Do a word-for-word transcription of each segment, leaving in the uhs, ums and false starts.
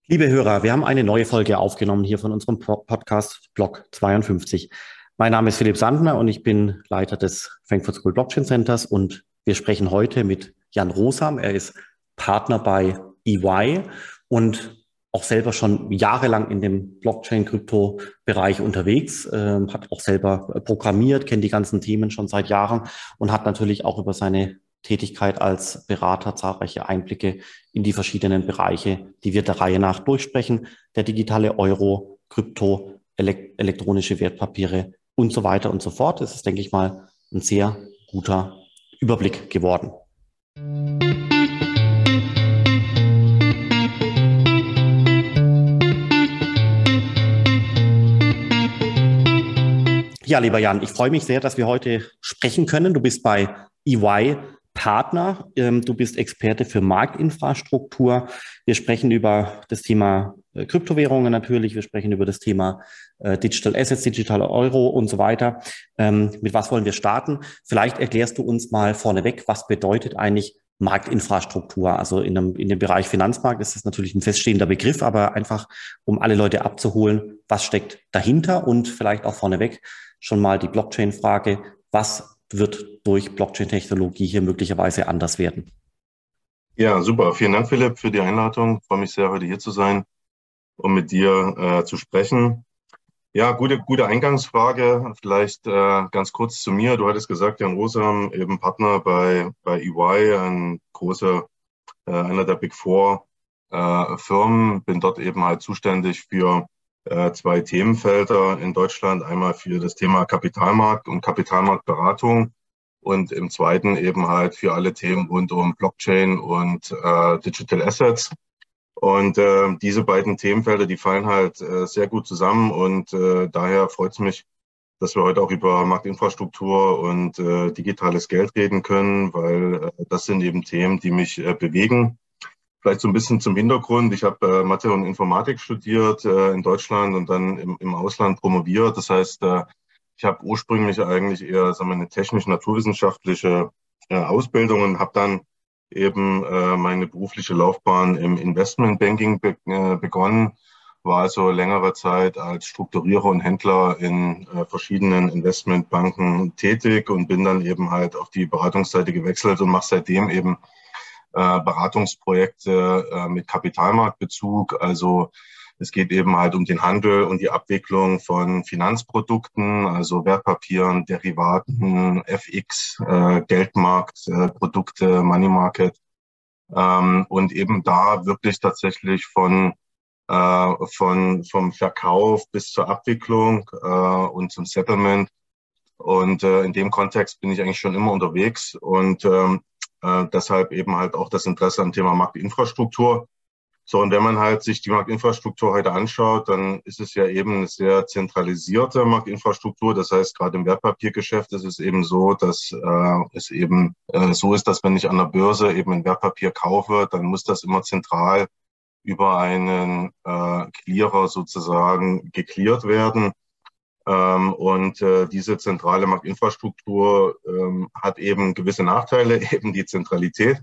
Liebe Hörer, wir haben eine neue Folge aufgenommen hier von unserem Pro- Podcast Block zweiundfünfzig. Mein Name ist Philipp Sandner und ich bin Leiter des Frankfurt School Blockchain Centers und wir sprechen heute mit Jan Rosam. Er ist Partner bei E Y und auch selber schon jahrelang in dem Blockchain-Krypto-Bereich unterwegs, ähm, hat auch selber programmiert, kennt die ganzen Themen schon seit Jahren und hat natürlich auch über seine Tätigkeit als Berater zahlreiche Einblicke in die verschiedenen Bereiche, die wir der Reihe nach durchsprechen. Der digitale Euro, Krypto, elek elektronische Wertpapiere und so weiter und so fort. Es ist, denke ich mal, ein sehr guter Überblick geworden. Ja, lieber Jan, ich freue mich sehr, dass wir heute sprechen können. Du bist bei E Y Partner. Ähm, du bist Experte für Marktinfrastruktur. Wir sprechen über das Thema äh, Kryptowährungen natürlich. Wir sprechen über das Thema äh, Digital Assets, digitaler Euro und so weiter. Ähm, mit was wollen wir starten? Vielleicht erklärst du uns mal vorneweg, was bedeutet eigentlich Marktinfrastruktur? Also in, einem, in dem Bereich Finanzmarkt ist das natürlich ein feststehender Begriff, aber einfach, um alle Leute abzuholen, was steckt dahinter und vielleicht auch vorneweg schon mal die Blockchain-Frage, was wird durch Blockchain-Technologie hier möglicherweise anders werden? Ja, super. Vielen Dank, Philipp, für die Einladung. Ich freue mich sehr, heute hier zu sein, um mit dir äh, zu sprechen. Ja, gute, gute Eingangsfrage. Vielleicht äh, ganz kurz zu mir. Du hattest gesagt, Jan Rosam, eben Partner bei, bei E Y, ein großer, äh, einer der Big Four äh, Firmen. Bin dort eben halt zuständig für äh, zwei Themenfelder in Deutschland. Einmal für das Thema Kapitalmarkt und Kapitalmarktberatung und im zweiten eben halt für alle Themen rund um Blockchain und äh, Digital Assets. Und äh, diese beiden Themenfelder, die fallen halt äh, sehr gut zusammen und äh, daher freut es mich, dass wir heute auch über Marktinfrastruktur und äh, digitales Geld reden können, weil äh, das sind eben Themen, die mich äh, bewegen. Vielleicht so ein bisschen zum Hintergrund. Ich habe äh, Mathe und Informatik studiert äh, in Deutschland und dann im, im Ausland promoviert. Das heißt, äh, ich habe ursprünglich eigentlich eher, sagen wir, eine technisch-naturwissenschaftliche äh, Ausbildung und habe dann eben äh, meine berufliche Laufbahn im Investmentbanking be äh, begonnen, war also längere Zeit als Strukturierer und Händler in äh, verschiedenen Investmentbanken tätig und bin dann eben halt auf die Beratungsseite gewechselt und mache seitdem eben äh, Beratungsprojekte äh, mit Kapitalmarktbezug. Also es geht eben halt um den Handel und die Abwicklung von Finanzprodukten, also Wertpapieren, Derivaten, F X, äh, Geldmarktprodukte, äh, Money Market. Ähm, und eben da wirklich tatsächlich von äh, von vom Verkauf bis zur Abwicklung äh, und zum Settlement. Und äh, in dem Kontext bin ich eigentlich schon immer unterwegs und ähm, äh, deshalb eben halt auch das Interesse am Thema Marktinfrastruktur. So, und wenn man halt sich die Marktinfrastruktur heute anschaut, dann ist es ja eben eine sehr zentralisierte Marktinfrastruktur. Das heißt, gerade im Wertpapiergeschäft ist es eben so, dass äh, es eben äh, so ist, dass wenn ich an der Börse eben ein Wertpapier kaufe, dann muss das immer zentral über einen äh, Clearer sozusagen gecleart werden. Ähm, und äh, diese zentrale Marktinfrastruktur ähm, hat eben gewisse Nachteile, eben die Zentralität.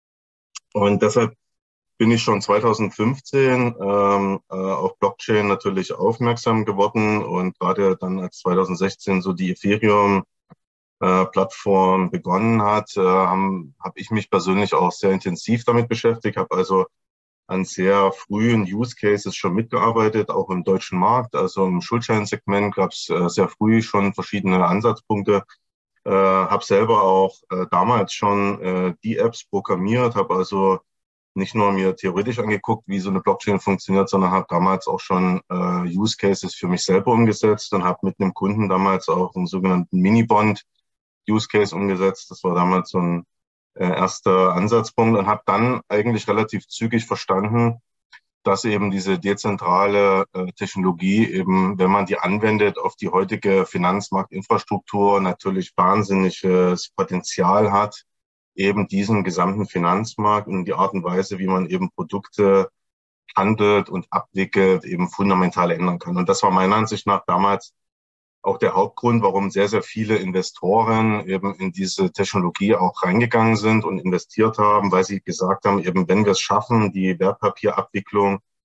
Und deshalb bin ich schon zweitausendfünfzehn ähm, äh, auf Blockchain natürlich aufmerksam geworden und gerade dann als zweitausendsechzehn so die Ethereum äh, Plattform begonnen hat, äh, habe hab ich mich persönlich auch sehr intensiv damit beschäftigt, habe also an sehr frühen Use Cases schon mitgearbeitet, auch im deutschen Markt. Also im Schuldscheinsegment gab es äh, sehr früh schon verschiedene Ansatzpunkte. Äh, habe selber auch äh, damals schon äh, die Apps programmiert, habe also nicht nur mir theoretisch angeguckt, wie so eine Blockchain funktioniert, sondern habe damals auch schon äh, Use Cases für mich selber umgesetzt und habe mit einem Kunden damals auch einen sogenannten Minibond Use Case umgesetzt. Das war damals so ein äh, erster Ansatzpunkt und habe dann eigentlich relativ zügig verstanden, dass eben diese dezentrale äh, Technologie eben, wenn man die anwendet auf die heutige Finanzmarktinfrastruktur, natürlich wahnsinniges Potenzial hat, eben diesen gesamten Finanzmarkt und die Art und Weise, wie man eben Produkte handelt und abwickelt, eben fundamental ändern kann. Und das war meiner Ansicht nach damals auch der Hauptgrund, warum sehr, sehr viele Investoren eben in diese Technologie auch reingegangen sind und investiert haben, weil sie gesagt haben, eben wenn wir es schaffen, die Wertpapierabwicklung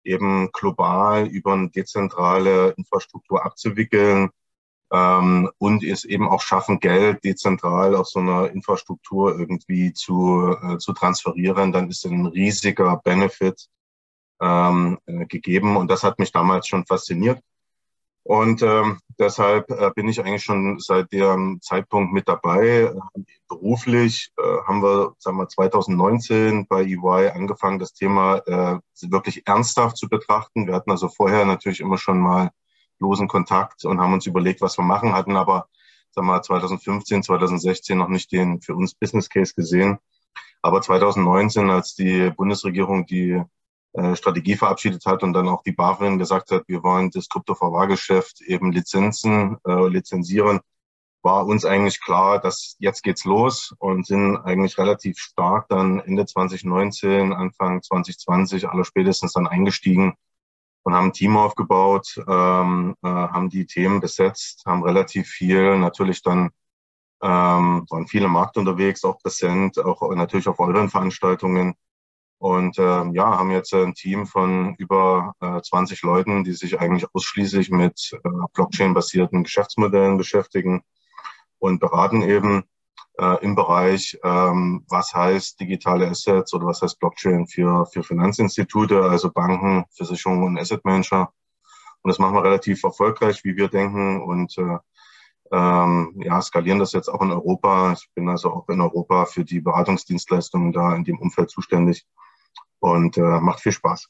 eben global über eine dezentrale Infrastruktur abzuwickeln ähm, und es eben auch schaffen, Geld dezentral auf so einer Infrastruktur irgendwie zu, äh, zu transferieren, dann ist ein riesiger Benefit ähm, äh, gegeben. Und das hat mich damals schon fasziniert. Und ähm, deshalb äh, bin ich eigentlich schon seit dem Zeitpunkt mit dabei. Beruflich äh, haben wir, sagen wir, zwanzig neunzehn bei E Y angefangen, das Thema äh, wirklich ernsthaft zu betrachten. Wir hatten also vorher natürlich immer schon mal losen Kontakt und haben uns überlegt, was wir machen, hatten aber, sagen wir, zwanzig fünfzehn, zwanzig sechzehn noch nicht den für uns Business Case gesehen. Aber zwanzig neunzehn, als die Bundesregierung die Strategie verabschiedet hat und dann auch die BaFin gesagt hat, wir wollen das Kryptoverwahrgeschäft eben Lizenzen, äh, lizenzieren, war uns eigentlich klar, dass jetzt geht's los und sind eigentlich relativ stark dann Ende zwanzig neunzehn, Anfang zwanzig zwanzig, allerspätestens dann eingestiegen und haben ein Team aufgebaut, ähm, äh, haben die Themen besetzt, haben relativ viel natürlich dann ähm, waren viele Markt unterwegs, auch präsent, auch natürlich auf euren Veranstaltungen. Und ähm, ja, haben jetzt ein Team von über äh, zwanzig Leuten, die sich eigentlich ausschließlich mit äh, Blockchain-basierten Geschäftsmodellen beschäftigen und beraten eben äh, im Bereich, ähm, was heißt digitale Assets oder was heißt Blockchain für, für Finanzinstitute, also Banken, Versicherungen und Asset Manager. Und das machen wir relativ erfolgreich, wie wir denken, und äh, ähm, ja, skalieren das jetzt auch in Europa. Ich bin also auch in Europa für die Beratungsdienstleistungen da in dem Umfeld zuständig. Und äh, macht viel Spaß.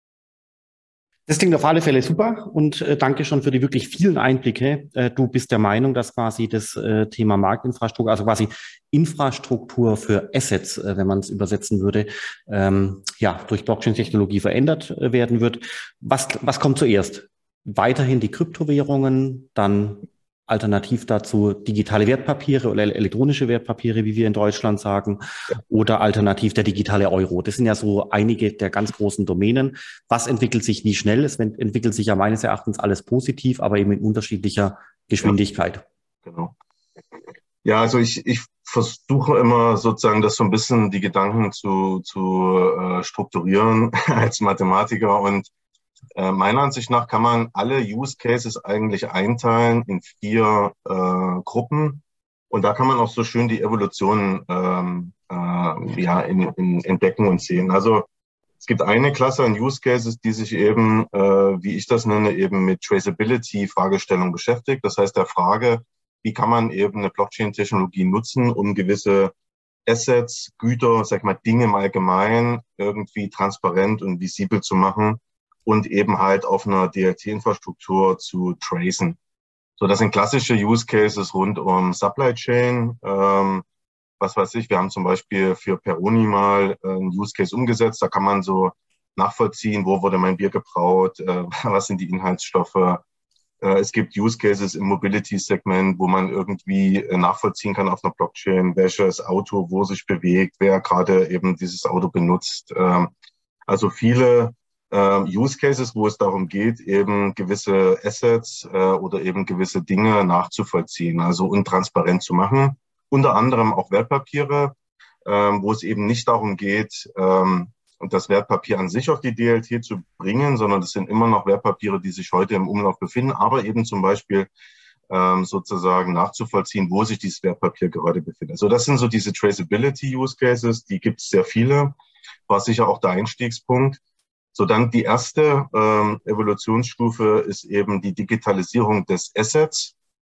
Das klingt auf alle Fälle super und äh, danke schon für die wirklich vielen Einblicke. Äh, du bist der Meinung, dass quasi das äh, Thema Marktinfrastruktur, also quasi Infrastruktur für Assets, äh, wenn man es übersetzen würde, ähm, ja, durch Blockchain-Technologie verändert äh, werden wird. Was, was kommt zuerst? Weiterhin die Kryptowährungen, dann alternativ dazu digitale Wertpapiere oder elektronische Wertpapiere, wie wir in Deutschland sagen, oder alternativ der digitale Euro. Das sind ja so einige der ganz großen Domänen. Was entwickelt sich wie schnell? Es entwickelt sich ja meines Erachtens alles positiv, aber eben in unterschiedlicher Geschwindigkeit. Ja, genau. Ja, also ich, ich versuche immer sozusagen das so ein bisschen die Gedanken zu, zu äh, strukturieren als Mathematiker, und Äh, meiner Ansicht nach kann man alle Use Cases eigentlich einteilen in vier äh, Gruppen. Und da kann man auch so schön die Evolution ähm, äh, ja, in, in, entdecken und sehen. Also es gibt eine Klasse an Use Cases, die sich eben, äh, wie ich das nenne, eben mit Traceability-Fragestellung beschäftigt. Das heißt, der Frage, wie kann man eben eine Blockchain-Technologie nutzen, um gewisse Assets, Güter, sag ich mal, Dinge im Allgemeinen irgendwie transparent und visibel zu machen und eben halt auf einer D L T-Infrastruktur zu tracen. So, das sind klassische Use Cases rund um Supply Chain. Ähm, was weiß ich, wir haben zum Beispiel für Peroni mal einen Use Case umgesetzt. Da kann man so nachvollziehen, wo wurde mein Bier gebraut, äh, was sind die Inhaltsstoffe. Äh, es gibt Use Cases im Mobility-Segment, wo man irgendwie äh, nachvollziehen kann auf einer Blockchain, welches Auto wo sich bewegt, wer gerade eben dieses Auto benutzt. Ähm, also viele Uh, Use Cases, wo es darum geht, eben gewisse Assets uh, oder eben gewisse Dinge nachzuvollziehen, also und transparent zu machen. Unter anderem auch Wertpapiere, uh, wo es eben nicht darum geht, um, das Wertpapier an sich auf die D L T zu bringen, sondern es sind immer noch Wertpapiere, die sich heute im Umlauf befinden, aber eben zum Beispiel um, sozusagen nachzuvollziehen, wo sich dieses Wertpapier gerade befindet. Also das sind so diese Traceability Use Cases, die gibt es sehr viele, war sicher auch der Einstiegspunkt. So, dann die erste ähm, Evolutionsstufe ist eben die Digitalisierung des Assets.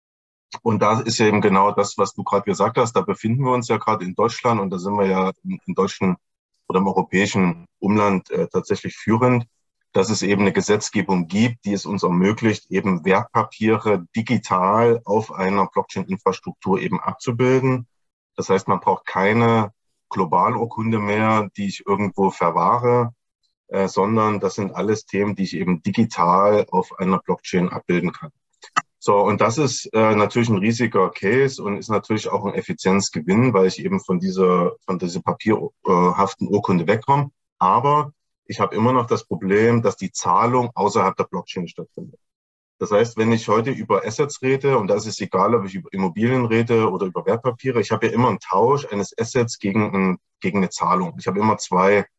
Und da ist ja eben genau das, was du gerade gesagt hast. Da befinden wir uns ja gerade in Deutschland, und da sind wir ja im, im deutschen oder im europäischen Umland äh, tatsächlich führend, dass es eben eine Gesetzgebung gibt, die es uns ermöglicht, eben Wertpapiere digital auf einer Blockchain-Infrastruktur eben abzubilden. Das heißt, man braucht keine Globalurkunde mehr, die ich irgendwo verwahre, Äh, sondern das sind alles Themen, die ich eben digital auf einer Blockchain abbilden kann. So, und das ist äh, natürlich ein riesiger Case und ist natürlich auch ein Effizienzgewinn, weil ich eben von dieser von dieser papierhaften Urkunde wegkomme. Aber ich habe immer noch das Problem, dass die Zahlung außerhalb der Blockchain stattfindet. Das heißt, wenn ich heute über Assets rede, und da ist es egal, ob ich über Immobilien rede oder über Wertpapiere, ich habe ja immer einen Tausch eines Assets gegen, ein, gegen eine Zahlung. Ich habe immer zwei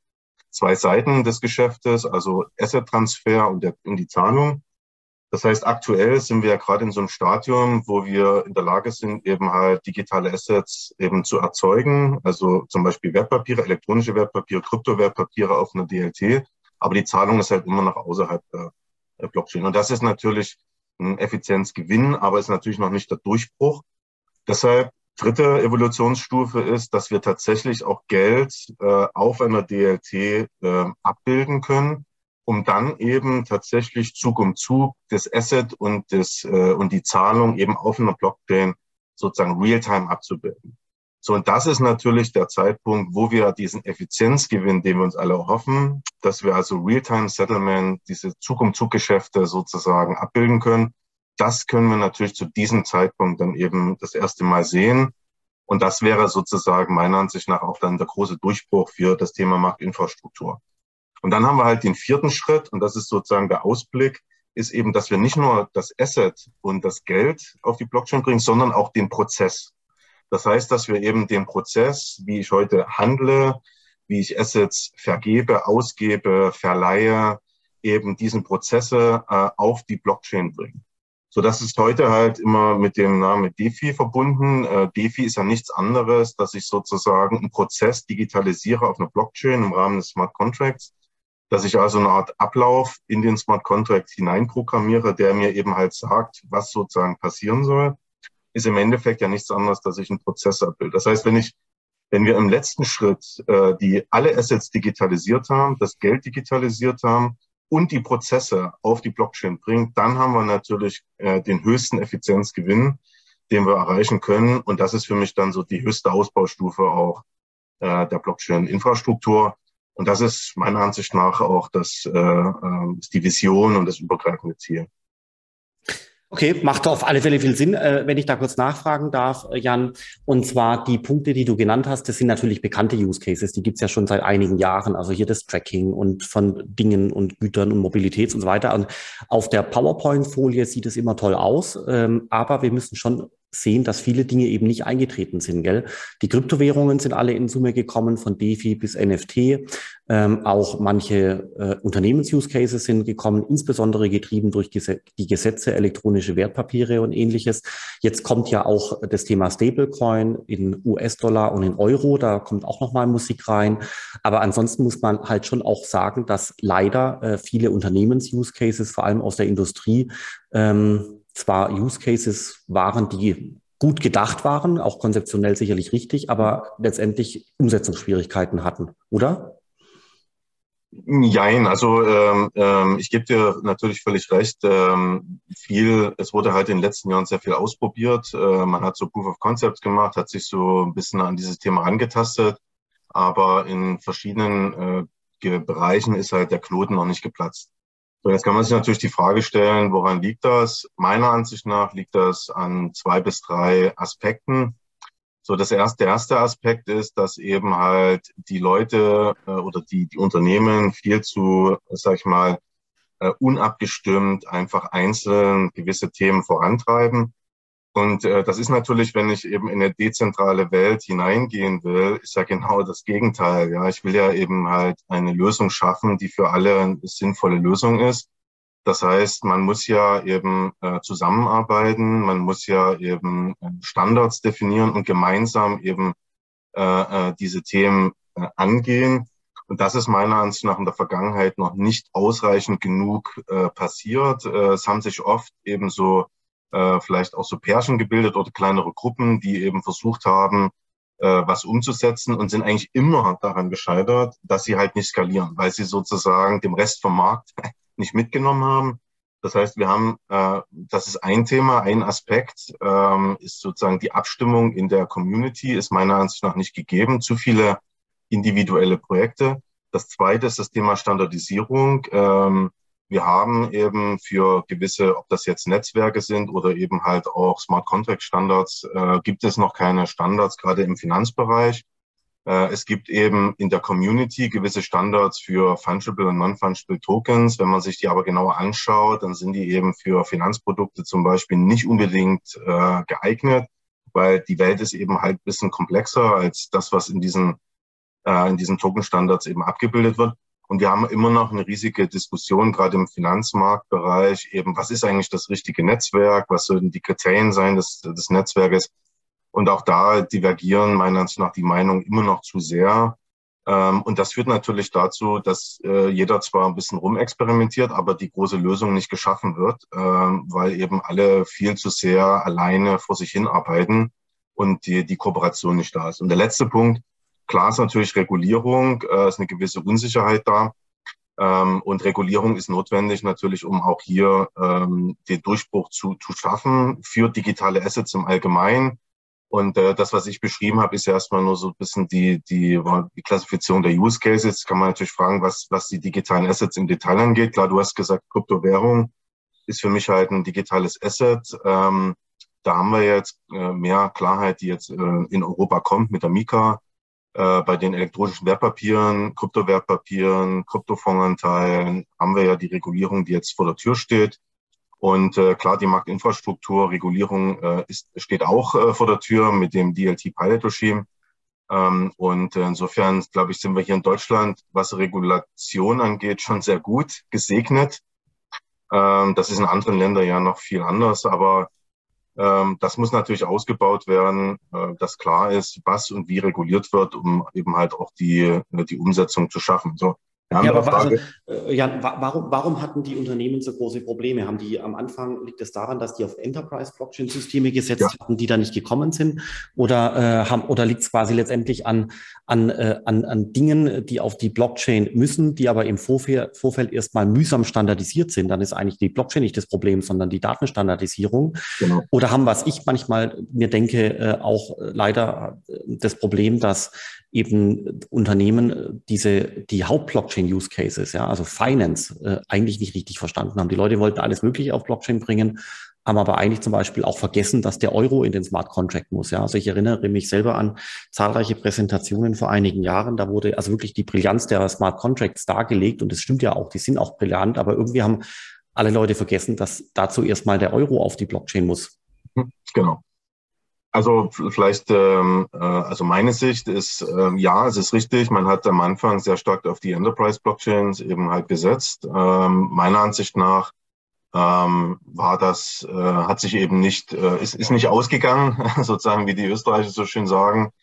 zwei Seiten des Geschäftes, also Asset-Transfer und, der, und die Zahlung. Das heißt, aktuell sind wir ja gerade in so einem Stadium, wo wir in der Lage sind, eben halt digitale Assets eben zu erzeugen, also zum Beispiel Wertpapiere, elektronische Wertpapiere, Kryptowertpapiere auf einer D L T, aber die Zahlung ist halt immer noch außerhalb der Blockchain. Und das ist natürlich ein Effizienzgewinn, aber ist natürlich noch nicht der Durchbruch. Deshalb dritte Evolutionsstufe ist, dass wir tatsächlich auch Geld äh, auf einer D L T äh, abbilden können, um dann eben tatsächlich Zug um Zug das Asset und, das, äh, und die Zahlung eben auf einer Blockchain sozusagen real-time abzubilden. So, und das ist natürlich der Zeitpunkt, wo wir diesen Effizienzgewinn, den wir uns alle hoffen, dass wir also Real-Time-Settlement, diese Zug-um-Zug-Geschäfte sozusagen abbilden können. Das können wir natürlich zu diesem Zeitpunkt dann eben das erste Mal sehen. Und das wäre sozusagen meiner Ansicht nach auch dann der große Durchbruch für das Thema Marktinfrastruktur. Und dann haben wir halt den vierten Schritt, und das ist sozusagen der Ausblick, ist eben, dass wir nicht nur das Asset und das Geld auf die Blockchain bringen, sondern auch den Prozess. Das heißt, dass wir eben den Prozess, wie ich heute handle, wie ich Assets vergebe, ausgebe, verleihe, eben diesen Prozesse äh, auf die Blockchain bringen. So, das ist heute halt immer mit dem Namen DeFi verbunden. Äh, DeFi ist ja nichts anderes, dass ich sozusagen einen Prozess digitalisiere auf einer Blockchain im Rahmen des Smart Contracts, dass ich also eine Art Ablauf in den Smart Contract hineinprogrammiere, der mir eben halt sagt, was sozusagen passieren soll, ist im Endeffekt ja nichts anderes, dass ich einen Prozess abbilde. Das heißt, wenn ich, wenn wir im letzten Schritt äh, die alle Assets digitalisiert haben, das Geld digitalisiert haben und die Prozesse auf die Blockchain bringen, dann haben wir natürlich äh, den höchsten Effizienzgewinn, den wir erreichen können. Und das ist für mich dann so die höchste Ausbaustufe auch äh, der Blockchain-Infrastruktur. Und das ist meiner Ansicht nach auch das, äh, äh, ist die Vision und das übergreifende Ziel. Okay, macht auf alle Fälle viel Sinn, äh, wenn ich da kurz nachfragen darf, äh, Jan. Und zwar die Punkte, die du genannt hast, das sind natürlich bekannte Use Cases, die gibt's ja schon seit einigen Jahren. Also hier das Tracking und von Dingen und Gütern und Mobilitäts und so weiter. Und auf der PowerPoint-Folie sieht es immer toll aus, ähm, aber wir müssen schon sehen, dass viele Dinge eben nicht eingetreten sind, gell? Die Kryptowährungen sind alle in Summe gekommen, von DeFi bis N F T. Ähm, auch manche äh, Unternehmens-Use-Cases sind gekommen, insbesondere getrieben durch Gese- die Gesetze, elektronische Wertpapiere und ähnliches. Jetzt kommt ja auch das Thema Stablecoin in U S-Dollar und in Euro, da kommt auch nochmal Musik rein. Aber ansonsten muss man halt schon auch sagen, dass leider äh, viele Unternehmens-Use-Cases, vor allem aus der Industrie, ähm, zwar Use Cases waren, die gut gedacht waren, auch konzeptionell sicherlich richtig, aber letztendlich Umsetzungsschwierigkeiten hatten, oder? Jein, also ähm, ähm, ich gebe dir natürlich völlig recht. Ähm, viel, es wurde halt in den letzten Jahren sehr viel ausprobiert. Äh, man hat so Proof of Concepts gemacht, hat sich so ein bisschen an dieses Thema angetastet, aber in verschiedenen äh, Bereichen ist halt der Knoten noch nicht geplatzt. So, jetzt kann man sich natürlich die Frage stellen, woran liegt das? Meiner Ansicht nach liegt das an zwei bis drei Aspekten. So, das erste, der erste Aspekt ist, dass eben halt die Leute äh, oder die, die Unternehmen viel zu, sag ich mal, äh, unabgestimmt einfach einzeln gewisse Themen vorantreiben. Und äh, das ist natürlich, wenn ich eben in eine dezentrale Welt hineingehen will, ist ja genau das Gegenteil. Ja, ich will ja eben halt eine Lösung schaffen, die für alle eine sinnvolle Lösung ist. Das heißt, man muss ja eben äh, zusammenarbeiten, man muss ja eben äh, Standards definieren und gemeinsam eben äh, äh, diese Themen äh, angehen. Und das ist meiner Ansicht nach in der Vergangenheit noch nicht ausreichend genug äh, passiert. Äh, es haben sich oft eben so äh, vielleicht auch so Pärchen gebildet oder kleinere Gruppen, die eben versucht haben, äh, was umzusetzen und sind eigentlich immer daran gescheitert, dass sie halt nicht skalieren, weil sie sozusagen dem Rest vom Markt nicht mitgenommen haben. Das heißt, wir haben, äh, das ist ein Thema, ein Aspekt, ähm, ist sozusagen die Abstimmung in der Community, ist meiner Ansicht nach nicht gegeben. Zu viele individuelle Projekte. Das zweite ist das Thema Standardisierung. Ähm, wir haben eben für gewisse, ob das jetzt Netzwerke sind oder eben halt auch Smart Contract Standards, äh, gibt es noch keine Standards, gerade im Finanzbereich. Es gibt eben in der Community gewisse Standards für Fungible und Non-Fungible Tokens. Wenn man sich die aber genauer anschaut, dann sind die eben für Finanzprodukte zum Beispiel nicht unbedingt äh, geeignet, weil die Welt ist eben halt ein bisschen komplexer als das, was in diesen äh, in diesen Token-Standards eben abgebildet wird. Und wir haben immer noch eine riesige Diskussion, gerade im Finanzmarktbereich, eben, was ist eigentlich das richtige Netzwerk, was sollten die Kriterien sein des, des Netzwerkes. Und auch da divergieren meiner Ansicht nach die Meinungen immer noch zu sehr. Ähm, und das führt natürlich dazu, dass äh, jeder zwar ein bisschen rumexperimentiert, aber die große Lösung nicht geschaffen wird, ähm, weil eben alle viel zu sehr alleine vor sich hin arbeiten und die, die Kooperation nicht da ist. Und der letzte Punkt, klar ist natürlich Regulierung, äh, ist eine gewisse Unsicherheit da. Ähm, und Regulierung ist notwendig natürlich, um auch hier ähm, den Durchbruch zu, zu schaffen für digitale Assets im Allgemeinen. Und äh, das, was ich beschrieben habe, ist ja erstmal nur so ein bisschen die, die, die Klassifizierung der Use Cases. Jetzt kann man natürlich fragen, was, was die digitalen Assets im Detail angeht. Klar, du hast gesagt, Kryptowährung ist für mich halt ein digitales Asset. Ähm, da haben wir jetzt äh, mehr Klarheit, die jetzt äh, in Europa kommt mit der Mika. Äh, bei den elektronischen Wertpapieren, Kryptowertpapieren, Kryptofondsanteilen haben wir ja die Regulierung, die jetzt vor der Tür steht. Und äh, klar, die Marktinfrastruktur, Regulierung äh, ist, steht auch äh, vor der Tür mit dem D L T Pilot Regime. Ähm, und äh, insofern, glaube ich, sind wir hier in Deutschland, was Regulation angeht, schon sehr gut gesegnet. Ähm, das ist in anderen Ländern ja noch viel anders, aber ähm, das muss natürlich ausgebaut werden, äh, dass klar ist, was und wie reguliert wird, um eben halt auch die, die Umsetzung zu schaffen. So. Ja, aber also, äh, Jan, wa warum, warum hatten die Unternehmen so große Probleme? Haben die am Anfang, liegt es daran, dass die auf Enterprise-Blockchain-Systeme gesetzt Ja. hatten, die da nicht gekommen sind? Oder, äh, haben, oder liegt es quasi letztendlich an, an, äh, an, an Dingen, die auf die Blockchain müssen, die aber im Vorfeld, Vorfeld erstmal mühsam standardisiert sind? Dann ist eigentlich die Blockchain nicht das Problem, sondern die Datenstandardisierung. Genau. Oder haben, was ich manchmal mir denke, äh, auch leider das Problem, dass eben Unternehmen diese, die Haupt-Blockchain-Use Cases, ja, also Finance, äh, eigentlich nicht richtig verstanden haben. Die Leute wollten alles Mögliche auf Blockchain bringen, haben aber eigentlich zum Beispiel auch vergessen, dass der Euro in den Smart Contract muss, ja. Also ich erinnere mich selber an zahlreiche Präsentationen vor einigen Jahren. Da wurde also wirklich die Brillanz der Smart Contracts dargelegt und es stimmt ja auch, die sind auch brillant, aber irgendwie haben alle Leute vergessen, dass dazu erstmal der Euro auf die Blockchain muss. Genau. Also vielleicht, ähm, äh, also meine Sicht ist, ähm, ja, es ist richtig, man hat am Anfang sehr stark auf die Enterprise-Blockchains eben halt gesetzt. Ähm, meiner Ansicht nach ähm, war das, äh, hat sich eben nicht, äh, ist, ist nicht ausgegangen, sozusagen wie die Österreicher so schön sagen,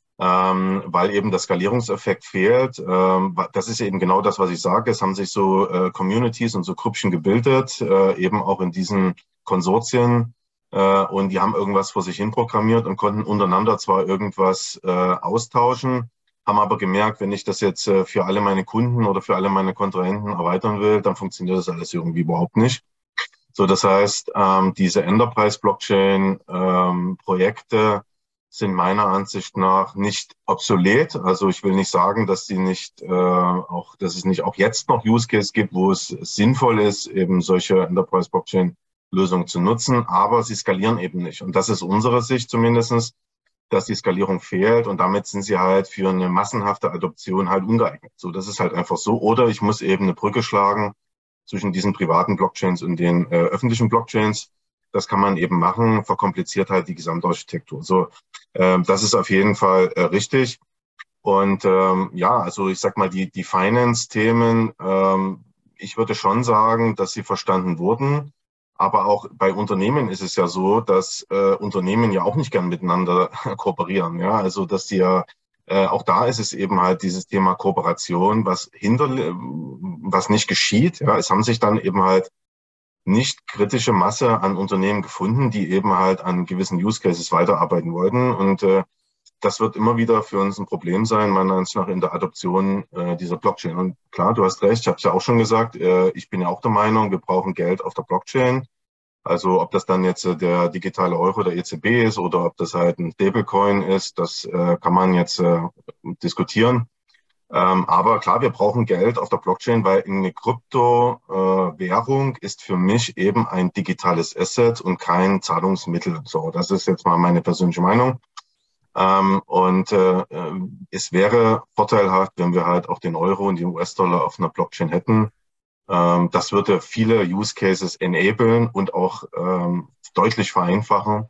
ähm, weil eben der Skalierungseffekt fehlt. Ähm, das ist eben genau das, was ich sage. Es haben sich so äh, Communities und so Grüppchen gebildet, äh, eben auch in diesen Konsortien. Und die haben irgendwas vor sich hin programmiert und konnten untereinander zwar irgendwas äh, austauschen, haben aber gemerkt, wenn ich das jetzt äh, für alle meine Kunden oder für alle meine Kontrahenten erweitern will, dann funktioniert das alles irgendwie überhaupt nicht. So, das heißt, ähm, diese Enterprise-Blockchain-Projekte ähm, sind meiner Ansicht nach nicht obsolet. Also ich will nicht sagen, dass die nicht äh, auch, dass es nicht auch jetzt noch Use Case gibt, wo es sinnvoll ist, eben solche Enterprise-Blockchain Lösung zu nutzen, aber sie skalieren eben nicht. Und das ist unsere Sicht zumindestens, dass die Skalierung fehlt und damit sind sie halt für eine massenhafte Adoption halt ungeeignet. So, das ist halt einfach so. Oder ich muss eben eine Brücke schlagen zwischen diesen privaten Blockchains und den äh, öffentlichen Blockchains. Das kann man eben machen, verkompliziert halt die Gesamtarchitektur. So, äh, das ist auf jeden Fall äh, richtig. Und ähm, ja, also ich sag mal, die, die Finance-Themen, ähm, ich würde schon sagen, dass sie verstanden wurden. Aber auch bei Unternehmen ist es ja so, dass äh, Unternehmen ja auch nicht gern miteinander kooperieren. Ja, also dass die ja äh, auch da ist es eben halt dieses Thema Kooperation, was hinter, was nicht geschieht. Ja, es haben sich dann eben halt nicht kritische Masse an Unternehmen gefunden, die eben halt an gewissen Use Cases weiterarbeiten wollten. Und äh, das wird immer wieder für uns ein Problem sein, meiner Ansicht nach in der Adoption äh, dieser Blockchain. Und klar, du hast recht, ich habe es ja auch schon gesagt, äh, ich bin ja auch der Meinung, wir brauchen Geld auf der Blockchain. Also ob das dann jetzt äh, der digitale Euro der E Z B ist oder ob das halt ein Stablecoin ist, das äh, kann man jetzt äh, diskutieren. Ähm, aber klar, wir brauchen Geld auf der Blockchain, weil eine Kryptowährung äh, ist für mich eben ein digitales Asset und kein Zahlungsmittel. So, das ist jetzt mal meine persönliche Meinung. Ähm, und äh, es wäre vorteilhaft, wenn wir halt auch den Euro und den U S-Dollar auf einer Blockchain hätten. Ähm, das würde viele Use Cases enablen und auch ähm, deutlich vereinfachen.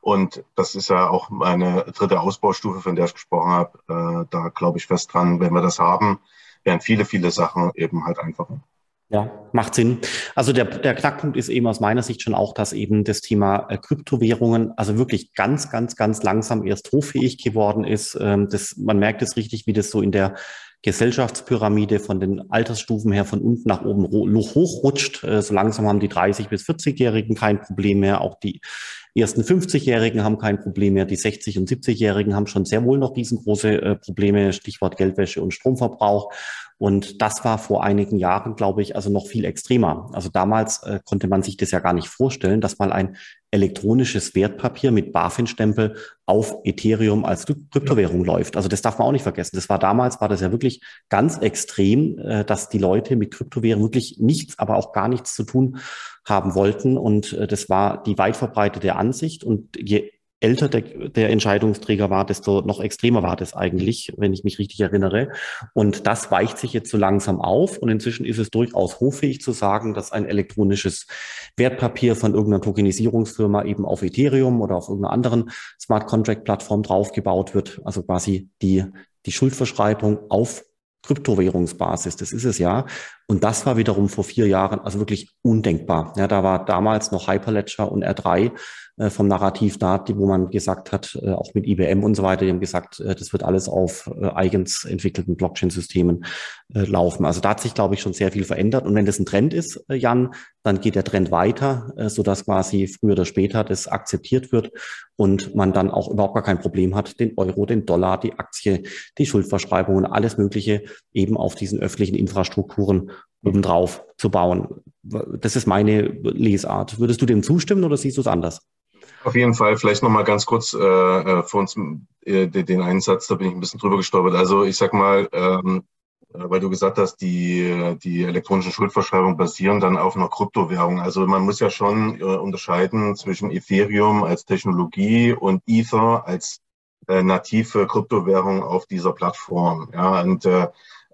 Und das ist ja auch meine dritte Ausbaustufe, von der ich gesprochen habe. Äh, da glaube ich fest dran, wenn wir das haben, werden viele, viele Sachen eben halt einfacher. Ja, macht Sinn. Also der, der Knackpunkt ist eben aus meiner Sicht schon auch, dass eben das Thema äh, Kryptowährungen also wirklich ganz, ganz, ganz langsam erst hoffähig geworden ist. Ähm, das, man merkt es richtig, wie das so in der Gesellschaftspyramide von den Altersstufen her von unten nach oben hochrutscht. Äh, so langsam haben die dreißig- bis vierzig-Jährigen kein Problem mehr. Auch die ersten fünfzig-Jährigen haben kein Problem mehr. Die sechzig- und siebzig-Jährigen haben schon sehr wohl noch riesengroße äh, Probleme, Stichwort Geldwäsche und Stromverbrauch. Und das war vor einigen Jahren, glaube ich, also noch viel extremer. Also damals äh, konnte man sich das ja gar nicht vorstellen, dass mal ein elektronisches Wertpapier mit BaFin-Stempel auf Ethereum als Kryptowährung läuft. Also das darf man auch nicht vergessen. Das war damals, war das ja wirklich ganz extrem, äh, dass die Leute mit Kryptowährung wirklich nichts, aber auch gar nichts zu tun haben wollten. Und äh, das war die weit verbreitete Ansicht. Und je älter der, der Entscheidungsträger war, desto noch extremer war das eigentlich, wenn ich mich richtig erinnere. Und das weicht sich jetzt so langsam auf. Und inzwischen ist es durchaus hoffähig zu sagen, dass ein elektronisches Wertpapier von irgendeiner Tokenisierungsfirma eben auf Ethereum oder auf irgendeiner anderen Smart Contract Plattform draufgebaut wird. Also quasi die, die Schuldverschreibung auf Kryptowährungsbasis, das ist es ja. Und das war wiederum vor vier Jahren also wirklich undenkbar. Ja, da war damals noch Hyperledger und R drei äh, vom Narrativ da, die, wo man gesagt hat, äh, auch mit I B M und so weiter, die haben gesagt, äh, das wird alles auf äh, eigens entwickelten Blockchain-Systemen äh, laufen. Also da hat sich, glaube ich, schon sehr viel verändert. Und wenn das ein Trend ist, äh, Jan, dann geht der Trend weiter, äh, sodass quasi früher oder später das akzeptiert wird und man dann auch überhaupt gar kein Problem hat, den Euro, den Dollar, die Aktie, die Schuldverschreibungen, alles Mögliche eben auf diesen öffentlichen Infrastrukturen obendrauf zu bauen. Das ist meine Lesart. Würdest du dem zustimmen oder siehst du es anders? Auf jeden Fall, vielleicht nochmal ganz kurz äh, für uns äh, den einen Satz, da bin ich ein bisschen drüber gestolpert. Also ich sag mal, ähm, weil du gesagt hast, die, die elektronischen Schuldverschreibungen basieren dann auf einer Kryptowährung. Also man muss ja schon äh, unterscheiden zwischen Ethereum als Technologie und Ether als äh, native Kryptowährung auf dieser Plattform. Ja, und äh,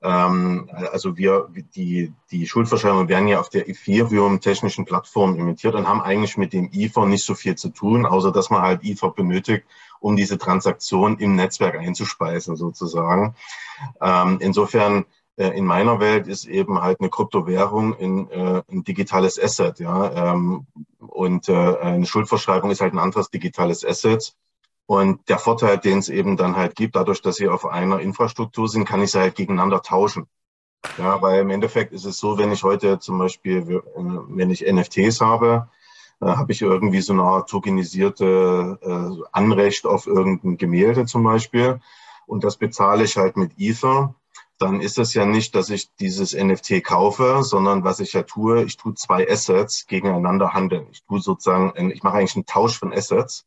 ähm, also wir, die, die Schuldverschreibungen werden ja auf der Ethereum-technischen Plattform imitiert und haben eigentlich mit dem Ether nicht so viel zu tun, außer dass man halt Ether benötigt, um diese Transaktion im Netzwerk einzuspeisen sozusagen. Ähm, insofern, äh, in meiner Welt ist eben halt eine Kryptowährung in, äh, ein digitales Asset, ja. Ähm, und äh, eine Schuldverschreibung ist halt ein anderes digitales Asset. Und der Vorteil, den es eben dann halt gibt, dadurch, dass sie auf einer Infrastruktur sind, kann ich sie halt gegeneinander tauschen. Ja, weil im Endeffekt ist es so, wenn ich heute zum Beispiel, wenn ich N F Ts habe, äh, habe ich irgendwie so eine Art tokenisierte äh, Anrecht auf irgendein Gemälde zum Beispiel. Und das bezahle ich halt mit Ether. Dann ist es ja nicht, dass ich dieses N F T kaufe, sondern was ich ja tue, ich tue zwei Assets gegeneinander handeln. Ich tue sozusagen, ich mache eigentlich einen Tausch von Assets,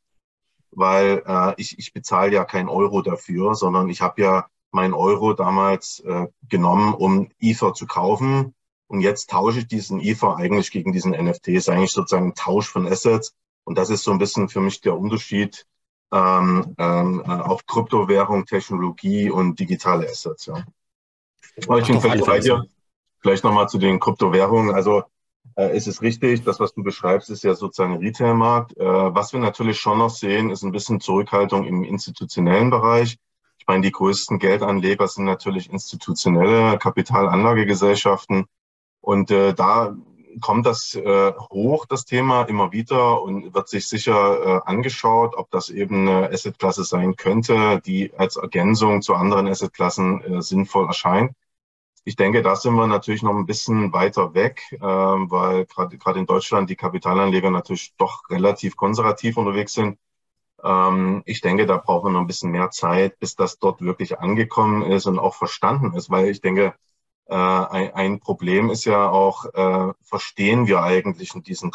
weil äh, ich, ich bezahle ja kein Euro dafür, sondern ich habe ja meinen Euro damals äh, genommen, um Ether zu kaufen. Und jetzt tausche ich diesen Ether eigentlich gegen diesen N F T. Ist eigentlich sozusagen ein Tausch von Assets. Und das ist so ein bisschen für mich der Unterschied ähm, ähm, auf Kryptowährung, Technologie und digitale Assets. Ja. Aber ich Macht bin auf alle völlig bei Fälle dir. Sinn. Vielleicht nochmal zu den Kryptowährungen. Also äh, es ist richtig, das, was du beschreibst, ist ja sozusagen Retail-Markt. Äh, was wir natürlich schon noch sehen, ist ein bisschen Zurückhaltung im institutionellen Bereich. Ich meine, die größten Geldanleger sind natürlich institutionelle Kapitalanlagegesellschaften. Und äh, da kommt das äh, hoch, das Thema, immer wieder und wird sich sicher äh, angeschaut, ob das eben eine Assetklasse sein könnte, die als Ergänzung zu anderen Assetklassen äh, sinnvoll erscheint. Ich denke, da sind wir natürlich noch ein bisschen weiter weg, ähm, weil gerade gerade in Deutschland die Kapitalanleger natürlich doch relativ konservativ unterwegs sind. Ähm, ich denke, da brauchen wir noch ein bisschen mehr Zeit, bis das dort wirklich angekommen ist und auch verstanden ist, weil ich denke, äh, ein, ein Problem ist ja auch, äh, verstehen wir eigentlich in diesen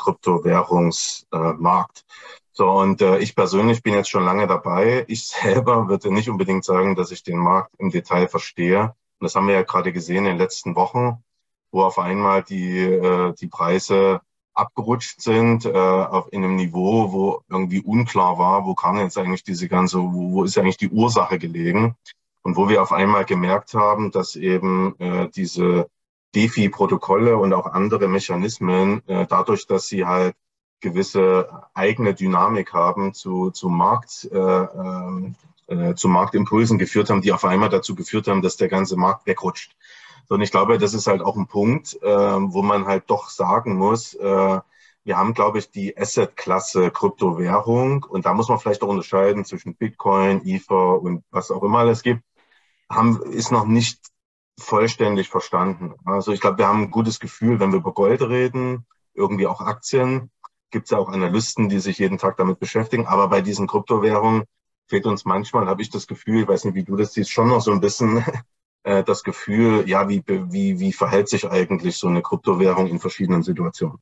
Kryptowährungsmarkt? So, und äh, ich persönlich bin jetzt schon lange dabei. Ich selber würde nicht unbedingt sagen, dass ich den Markt im Detail verstehe. Und das haben wir ja gerade gesehen in den letzten Wochen, wo auf einmal die, äh, die Preise abgerutscht sind, äh, auf in einem Niveau, wo irgendwie unklar war, wo kam jetzt eigentlich diese ganze, wo, wo ist eigentlich die Ursache gelegen? Und wo wir auf einmal gemerkt haben, dass eben äh, diese DeFi-Protokolle und auch andere Mechanismen, äh, dadurch, dass sie halt gewisse eigene Dynamik haben, zu, zu Markt, äh, äh, zu Marktimpulsen geführt haben, die auf einmal dazu geführt haben, dass der ganze Markt wegrutscht. So, und ich glaube, das ist halt auch ein Punkt, äh, wo man halt doch sagen muss, äh, wir haben, glaube ich, die Asset-Klasse Kryptowährung, und da muss man vielleicht auch unterscheiden zwischen Bitcoin, Ether und was auch immer alles gibt, haben, ist noch nicht vollständig verstanden. Also ich glaube, wir haben ein gutes Gefühl, wenn wir über Gold reden, irgendwie auch Aktien. Gibt es ja auch Analysten, die sich jeden Tag damit beschäftigen. Aber bei diesen Kryptowährungen fehlt uns manchmal, habe ich das Gefühl, ich weiß nicht, wie du das siehst, schon noch so ein bisschen äh, das Gefühl, ja, wie, wie, wie verhält sich eigentlich so eine Kryptowährung in verschiedenen Situationen?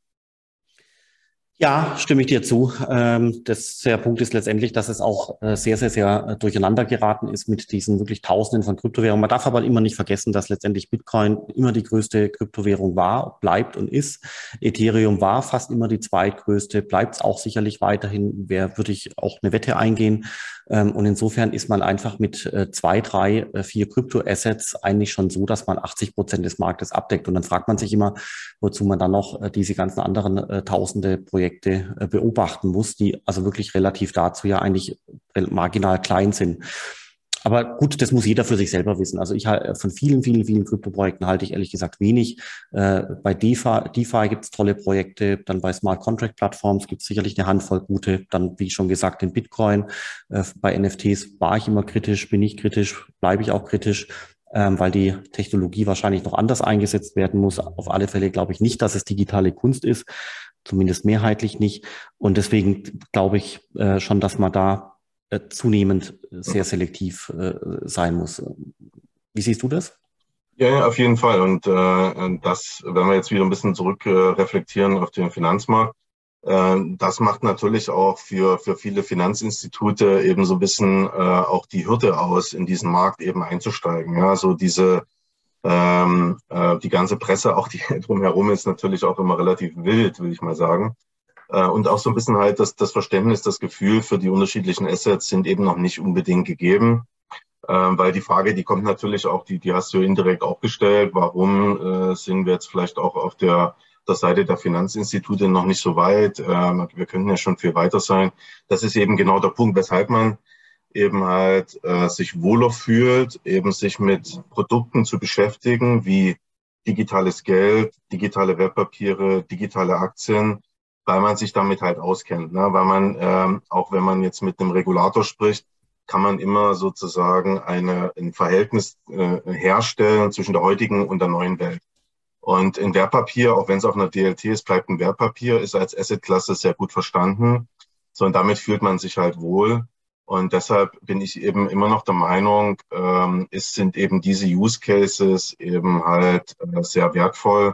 Ja, stimme ich dir zu. Ähm, das, der Punkt ist letztendlich, dass es auch äh, sehr, sehr, sehr äh, durcheinander geraten ist mit diesen wirklich Tausenden von Kryptowährungen. Man darf aber immer nicht vergessen, dass letztendlich Bitcoin immer die größte Kryptowährung war, bleibt und ist. Ethereum war fast immer die zweitgrößte, bleibt es auch sicherlich weiterhin. Wer würde ich auch eine Wette eingehen? Ähm, und insofern ist man einfach mit äh, zwei, drei, äh, vier Kryptoassets eigentlich schon so, dass man achtzig Prozent des Marktes abdeckt. Und dann fragt man sich immer, wozu man dann noch äh, diese ganzen anderen äh, tausende Projekte Projekte beobachten muss, die also wirklich relativ dazu ja eigentlich marginal klein sind. Aber gut, das muss jeder für sich selber wissen. Also ich halte von vielen, vielen, vielen Kryptoprojekten halte ich ehrlich gesagt wenig. Äh, bei DeFi, DeFi gibt es tolle Projekte, dann bei Smart Contract Plattforms gibt es sicherlich eine Handvoll gute. Dann, wie schon gesagt, in Bitcoin. Äh, bei N F Ts war ich immer kritisch, bin ich kritisch, bleibe ich auch kritisch, ähm, weil die Technologie wahrscheinlich noch anders eingesetzt werden muss. Auf alle Fälle glaube ich nicht, dass es digitale Kunst ist, zumindest mehrheitlich nicht. Und deswegen glaube ich äh, schon, dass man da äh, zunehmend sehr selektiv äh, sein muss. Wie siehst du das? Ja, ja, auf jeden Fall. Und äh, das, wenn wir jetzt wieder ein bisschen zurück äh, reflektieren auf den Finanzmarkt, äh, das macht natürlich auch für für viele Finanzinstitute eben so ein bisschen äh, auch die Hürde aus, in diesen Markt eben einzusteigen. Ja, so diese ähm, äh, die ganze Presse, auch die drumherum, ist natürlich auch immer relativ wild, will ich mal sagen. Äh, und auch so ein bisschen halt das, das Verständnis, das Gefühl für die unterschiedlichen Assets sind eben noch nicht unbedingt gegeben. Ähm, weil die Frage, die kommt natürlich auch, die, die hast du indirekt auch gestellt, warum äh, sind wir jetzt vielleicht auch auf der, der Seite der Finanzinstitute noch nicht so weit? Ähm, wir könnten ja schon viel weiter sein. Das ist eben genau der Punkt, weshalb man eben halt äh, sich wohler fühlt, eben sich mit Produkten zu beschäftigen, wie digitales Geld, digitale Wertpapiere, digitale Aktien, weil man sich damit halt auskennt. Ne? Weil man, ähm, auch wenn man jetzt mit einem Regulator spricht, kann man immer sozusagen eine, ein Verhältnis äh, herstellen zwischen der heutigen und der neuen Welt. Und ein Wertpapier, auch wenn es auf einer D L T ist, bleibt ein Wertpapier, ist als Assetklasse sehr gut verstanden. So, und damit fühlt man sich halt wohl. Und deshalb bin ich eben immer noch der Meinung, ähm, es sind eben diese Use Cases eben halt äh, sehr wertvoll.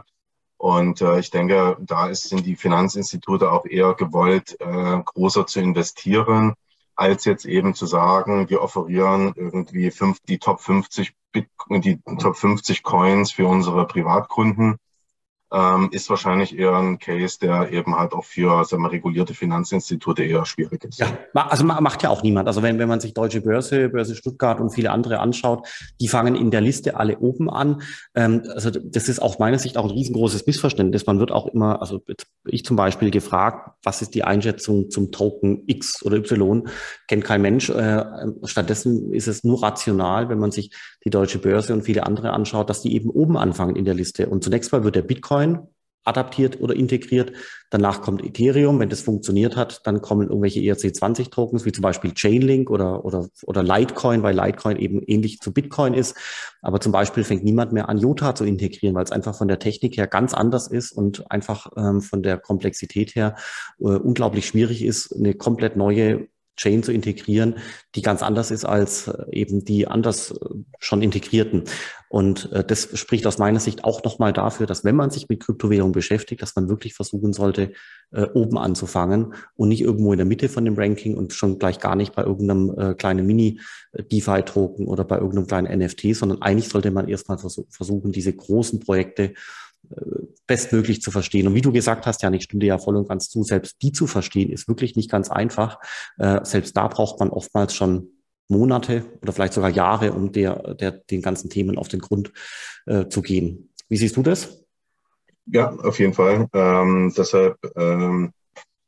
Und äh, ich denke, da ist, sind die Finanzinstitute auch eher gewollt, äh, großer zu investieren, als jetzt eben zu sagen, wir offerieren irgendwie fünf, die Top fünfzig Bitcoin, die Top fünfzig Coins für unsere Privatkunden. Ähm, ist wahrscheinlich eher ein Case, der eben halt auch für, sagen wir, regulierte Finanzinstitute eher schwierig ist. Ja, also macht ja auch niemand. Also wenn, wenn man sich Deutsche Börse, Börse Stuttgart und viele andere anschaut, die fangen in der Liste alle oben an. Ähm, also das ist aus meiner Sicht auch ein riesengroßes Missverständnis. Man wird auch immer, also ich zum Beispiel gefragt, was ist die Einschätzung zum Token X oder Y? Kennt kein Mensch. Äh, stattdessen ist es nur rational, wenn man sich die Deutsche Börse und viele andere anschaut, dass die eben oben anfangen in der Liste. Und zunächst mal wird der Bitcoin adaptiert oder integriert. Danach kommt Ethereum. Wenn das funktioniert hat, dann kommen irgendwelche E R C zwanzig Tokens, wie zum Beispiel Chainlink oder, oder, oder Litecoin, weil Litecoin eben ähnlich zu Bitcoin ist. Aber zum Beispiel fängt niemand mehr an, I O T A zu integrieren, weil es einfach von der Technik her ganz anders ist und einfach ähm, von der Komplexität her äh, unglaublich schwierig ist, eine komplett neue Chain zu integrieren, die ganz anders ist als eben die anders schon integrierten. Und äh, das spricht aus meiner Sicht auch nochmal dafür, dass wenn man sich mit Kryptowährung beschäftigt, dass man wirklich versuchen sollte, äh, oben anzufangen und nicht irgendwo in der Mitte von dem Ranking und schon gleich gar nicht bei irgendeinem äh, kleinen Mini-DeFi-Token oder bei irgendeinem kleinen N F T, sondern eigentlich sollte man erstmal vers- versuchen, diese großen Projekte bestmöglich zu verstehen. Und wie du gesagt hast, Jan, ich stimme dir ja voll und ganz zu, selbst die zu verstehen, ist wirklich nicht ganz einfach. Äh, selbst da braucht man oftmals schon Monate oder vielleicht sogar Jahre, um der, der, den ganzen Themen auf den Grund äh, zu gehen. Wie siehst du das? Ja, auf jeden Fall. Ähm, deshalb ähm,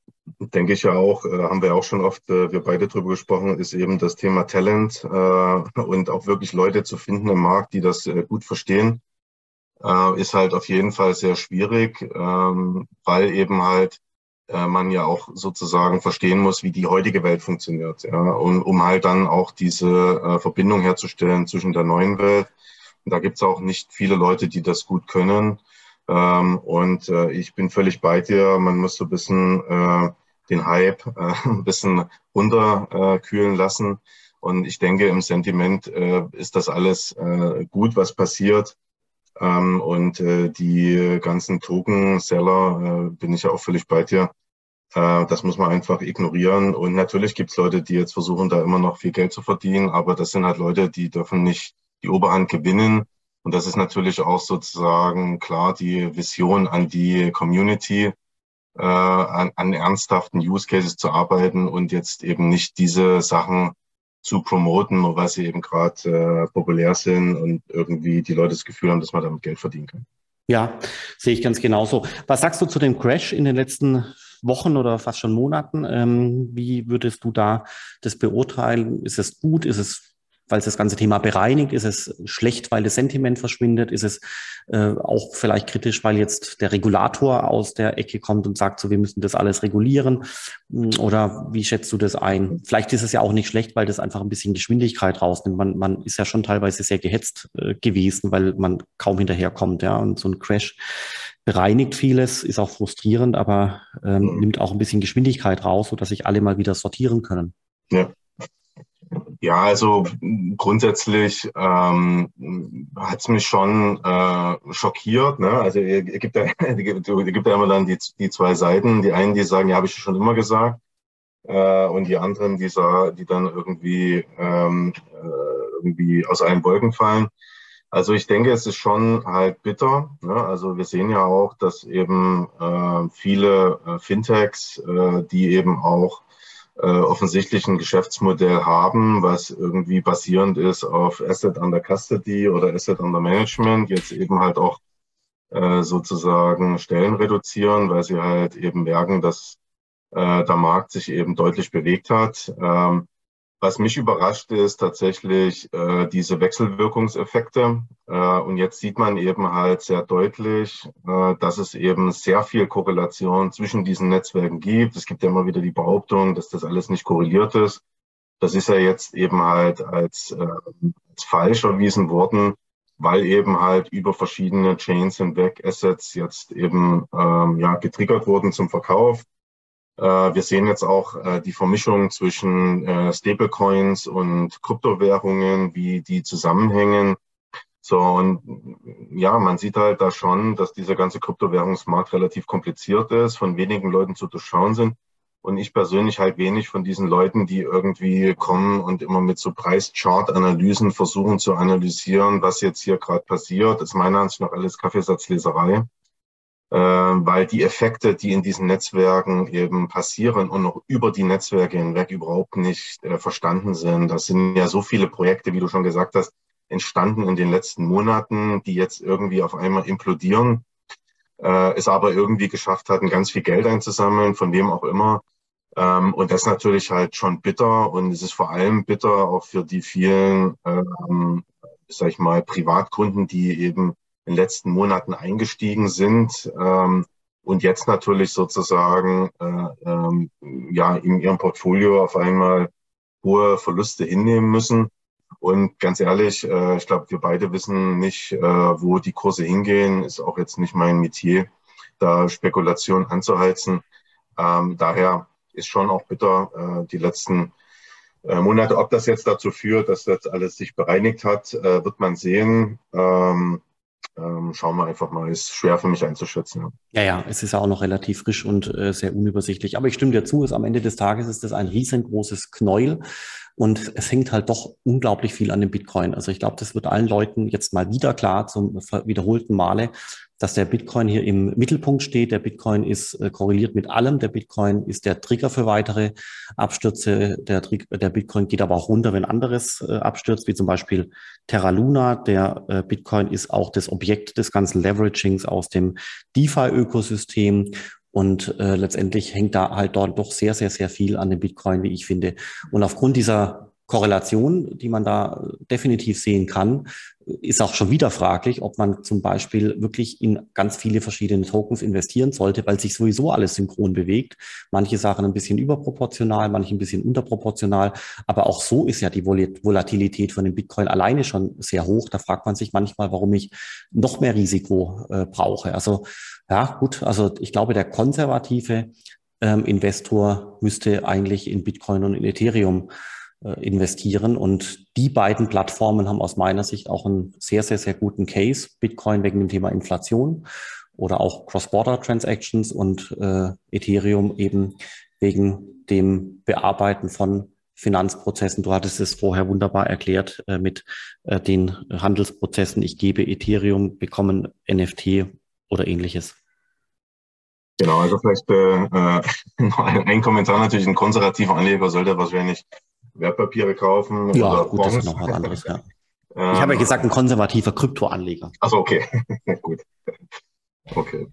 denke ich ja auch, äh, haben wir auch schon oft, äh, wir beide drüber gesprochen, ist eben das Thema Talent äh, und auch wirklich Leute zu finden im Markt, die das äh, gut verstehen, äh, ist halt auf jeden Fall sehr schwierig, ähm, weil eben halt äh, man ja auch sozusagen verstehen muss, wie die heutige Welt funktioniert, ja, und um halt dann auch diese äh, Verbindung herzustellen zwischen der neuen Welt. Und da gibt's auch nicht viele Leute, die das gut können. Ähm, und äh, ich bin völlig bei dir. Man muss so ein bisschen äh, den Hype äh, ein bisschen runterkühlen äh, lassen. Und ich denke, im Sentiment äh, ist das alles äh, gut, was passiert. Ähm, und äh, die ganzen Token-Seller, äh, bin ich ja auch völlig bei dir. Äh, das muss man einfach ignorieren. Und natürlich gibt's Leute, die jetzt versuchen, da immer noch viel Geld zu verdienen. Aber das sind halt Leute, die dürfen nicht die Oberhand gewinnen. Und das ist natürlich auch sozusagen klar die Vision an die Community, äh, an, an ernsthaften Use Cases zu arbeiten und jetzt eben nicht diese Sachen zu promoten, nur weil sie eben gerade äh, populär sind und irgendwie die Leute das Gefühl haben, dass man damit Geld verdienen kann. Ja, sehe ich ganz genauso. Was sagst du zu dem Crash in den letzten Wochen oder fast schon Monaten? Ähm, wie würdest du da das beurteilen? Ist es gut? Ist es, weil es das ganze Thema bereinigt? Ist es schlecht, weil das Sentiment verschwindet? Ist es äh, auch vielleicht kritisch, weil jetzt der Regulator aus der Ecke kommt und sagt, so, wir müssen das alles regulieren? Oder wie schätzt du das ein? Vielleicht ist es ja auch nicht schlecht, weil das einfach ein bisschen Geschwindigkeit rausnimmt. Man, man ist ja schon teilweise sehr gehetzt äh, gewesen, weil man kaum hinterherkommt, ja. Und so ein Crash bereinigt vieles, ist auch frustrierend, aber ähm, Mhm. nimmt auch ein bisschen Geschwindigkeit raus, sodass sich alle mal wieder sortieren können. Ja. Ja, also grundsätzlich ähm, hat es mich schon äh, schockiert. Ne? Also ihr, ihr gibt ja, ihr gibt, ihr gibt ja immer dann die, die zwei Seiten. Die einen, die sagen, ja, habe ich schon immer gesagt. Äh, und die anderen, die, sa- die dann irgendwie, ähm, äh, irgendwie aus allen Wolken fallen. Also ich denke, es ist schon halt bitter. Ne? Also wir sehen ja auch, dass eben äh, viele äh, Fintechs, äh, die eben auch äh, offensichtlich ein Geschäftsmodell haben, was irgendwie basierend ist auf Asset Under Custody oder Asset Under Management, jetzt eben halt auch äh, sozusagen Stellen reduzieren, weil sie halt eben merken, dass äh, der Markt sich eben deutlich bewegt hat. Ähm, was mich überrascht ist tatsächlich äh, diese Wechselwirkungseffekte. Äh, und jetzt sieht man eben halt sehr deutlich, äh, dass es eben sehr viel Korrelation zwischen diesen Netzwerken gibt. Es gibt ja immer wieder die Behauptung, dass das alles nicht korreliert ist. Das ist ja jetzt eben halt als, äh, als falsch erwiesen worden, weil eben halt über verschiedene Chains hinweg Assets jetzt eben ähm, ja getriggert wurden zum Verkauf. Äh, wir sehen jetzt auch äh, die Vermischung zwischen äh, Stablecoins und Kryptowährungen, wie die zusammenhängen. So, und ja, man sieht halt da schon, dass dieser ganze Kryptowährungsmarkt relativ kompliziert ist, von wenigen Leuten zu durchschauen sind. Und ich persönlich halt wenig von diesen Leuten, die irgendwie kommen und immer mit so Preischart-Analysen versuchen zu analysieren, was jetzt hier gerade passiert. Das ist meiner Ansicht nach alles Kaffeesatzleserei, äh, weil die Effekte, die in diesen Netzwerken eben passieren und noch über die Netzwerke hinweg überhaupt nicht äh, verstanden sind. Das sind ja so viele Projekte, wie du schon gesagt hast, entstanden in den letzten Monaten, die jetzt irgendwie auf einmal implodieren, äh, es aber irgendwie geschafft hatten, ganz viel Geld einzusammeln, von wem auch immer. Ähm, und das ist natürlich halt schon bitter und es ist vor allem bitter auch für die vielen, ähm, sag ich mal, Privatkunden, die eben in den letzten Monaten eingestiegen sind ähm, und jetzt natürlich sozusagen äh, ähm, ja in ihrem Portfolio auf einmal hohe Verluste hinnehmen müssen. Und ganz ehrlich, äh, ich glaube, wir beide wissen nicht, äh, wo die Kurse hingehen. Ist auch jetzt nicht mein Metier, da Spekulation anzuheizen. Ähm, daher ist schon auch bitter, äh, die letzten äh, Monate. Ob das jetzt dazu führt, dass das alles sich bereinigt hat, äh, wird man sehen. Ähm, ähm, schauen wir einfach mal. Ist schwer für mich einzuschätzen. Ja. Ja, ja, es ist ja auch noch relativ frisch und äh, sehr unübersichtlich. Aber ich stimme dir zu, ist am Ende des Tages ist das ein riesengroßes Knäuel und es hängt halt doch unglaublich viel an dem Bitcoin. Also ich glaube, das wird allen Leuten jetzt mal wieder klar zum wiederholten Male, dass der Bitcoin hier im Mittelpunkt steht. Der Bitcoin ist äh, korreliert mit allem. Der Bitcoin ist der Trigger für weitere Abstürze. Der, der Bitcoin geht aber auch runter, wenn anderes äh, abstürzt, wie zum Beispiel Terra Luna. Der äh, Bitcoin ist auch das Objekt des ganzen Leveragings aus dem DeFi-Ökosystem. Und äh, letztendlich hängt da halt dort doch sehr, sehr, sehr viel an dem Bitcoin, wie ich finde. Und aufgrund dieser Korrelation, die man da definitiv sehen kann, ist auch schon wieder fraglich, ob man zum Beispiel wirklich in ganz viele verschiedene Tokens investieren sollte, weil sich sowieso alles synchron bewegt. Manche Sachen ein bisschen überproportional, manche ein bisschen unterproportional. Aber auch so ist ja die Volatilität von dem Bitcoin alleine schon sehr hoch. Da fragt man sich manchmal, warum ich noch mehr Risiko äh, brauche. Also ja, gut, also ich glaube, der konservative ähm, Investor müsste eigentlich in Bitcoin und in Ethereum investieren. Und die beiden Plattformen haben aus meiner Sicht auch einen sehr, sehr, sehr guten Case. Bitcoin wegen dem Thema Inflation oder auch Cross-Border-Transactions und äh, Ethereum eben wegen dem Bearbeiten von Finanzprozessen. Du hattest es vorher wunderbar erklärt äh, mit äh, den Handelsprozessen. Ich gebe Ethereum, bekomme ein N F T oder ähnliches. Genau, also vielleicht äh, noch ein, ein Kommentar natürlich. Ein konservativer Anleger sollte wahrscheinlich Wertpapiere kaufen ja, oder gut, Bonds. Das ist noch was anderes, ja. ähm, ich habe ja gesagt, ein konservativer Kryptoanleger. Also okay, gut. Okay.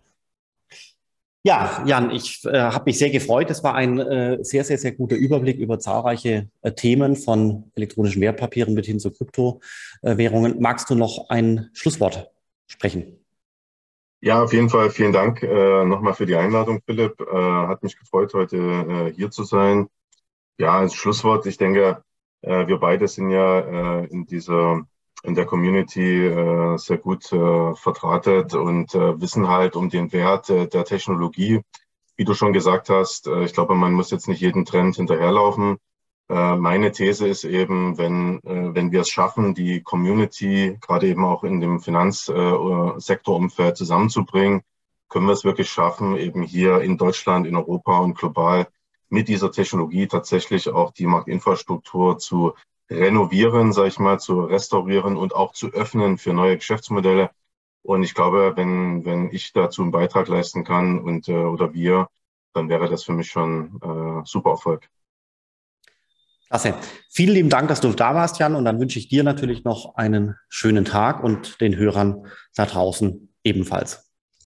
Ja, Jan, ich äh, habe mich sehr gefreut. Es war ein äh, sehr, sehr, sehr guter Überblick über zahlreiche äh, Themen von elektronischen Wertpapieren bis hin zu Kryptowährungen. Magst du noch ein Schlusswort sprechen? Ja, auf jeden Fall vielen Dank äh, nochmal für die Einladung, Philipp. Äh, hat mich gefreut, heute äh, hier zu sein. Ja, als Schlusswort, ich denke, äh, wir beide sind ja äh, in dieser, in der Community äh, sehr gut äh, verdrahtet und äh, wissen halt um den Wert äh, der Technologie. Wie du schon gesagt hast, äh, ich glaube, man muss jetzt nicht jeden Trend hinterherlaufen. Äh, meine These ist eben, wenn, äh, wenn wir es schaffen, die Community gerade eben auch in dem Finanzsektorumfeld zusammenzubringen, können wir es wirklich schaffen, eben hier in Deutschland, in Europa und global mit dieser Technologie tatsächlich auch die Marktinfrastruktur zu renovieren, sage ich mal, zu restaurieren und auch zu öffnen für neue Geschäftsmodelle. Und ich glaube, wenn, wenn ich dazu einen Beitrag leisten kann und äh, oder wir, dann wäre das für mich schon äh, super Erfolg. Klasse. Vielen lieben Dank, dass du da warst, Jan. Und dann wünsche ich dir natürlich noch einen schönen Tag und den Hörern da draußen ebenfalls.